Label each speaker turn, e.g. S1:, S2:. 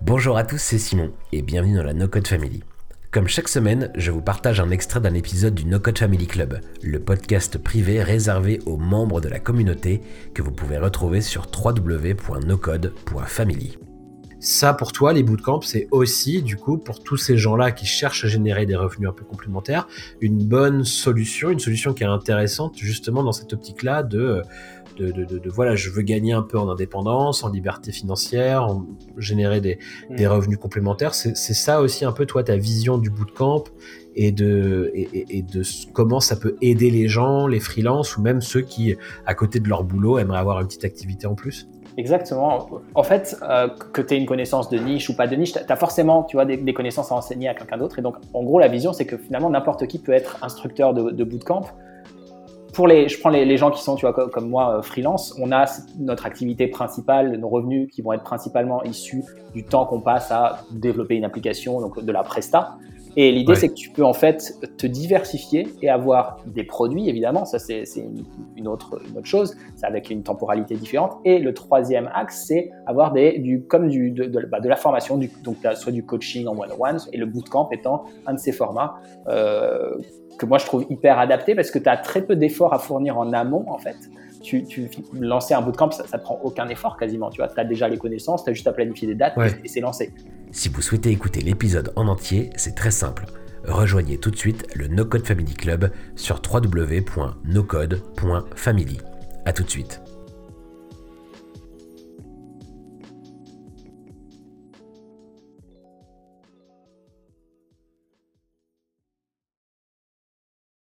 S1: Bonjour à tous, c'est Simon et bienvenue dans la No Code Family. Comme chaque semaine, je vous partage un extrait d'un épisode du No Code Family Club, le podcast privé réservé aux membres de la communauté que vous pouvez retrouver sur www.nocode.family. Ça, pour toi, les bootcamps, c'est aussi, du coup, pour tous ces gens-là qui cherchent à générer des revenus un peu complémentaires, une bonne solution, une solution qui est intéressante, justement, dans cette optique-là de voilà, je veux gagner un peu en indépendance, en liberté financière, générer des revenus complémentaires. C'est ça aussi un peu, toi, ta vision du bootcamp et de comment ça peut aider les gens, les freelances ou même ceux qui, à côté de leur boulot, aimeraient avoir une petite activité en plus.
S2: Exactement. En fait, que tu aies une connaissance de niche ou pas de niche, tu as forcément des connaissances à enseigner à quelqu'un d'autre. Et donc, en gros, la vision, c'est que finalement, n'importe qui peut être instructeur de bootcamp. Je prends les gens qui sont, comme moi, freelance, on a notre activité principale, nos revenus qui vont être principalement issus du temps qu'on passe à développer une application, donc de la presta. Et l'idée, c'est que tu peux en fait te diversifier et avoir des produits, évidemment, ça c'est une autre chose, c'est avec une temporalité différente. Et le troisième axe, c'est avoir de la formation, donc soit du coaching en one-on-one, et le bootcamp étant un de ces formats que moi je trouve hyper adapté parce que tu as très peu d'efforts à fournir en amont en fait. Lancer un bootcamp, ça ne prend aucun effort quasiment. Tu as déjà les connaissances, tu as juste à planifier des dates et c'est lancé.
S1: Si vous souhaitez écouter l'épisode en entier, c'est très simple. Rejoignez tout de suite le No Code Family Club sur www.nocode.family. À tout de suite.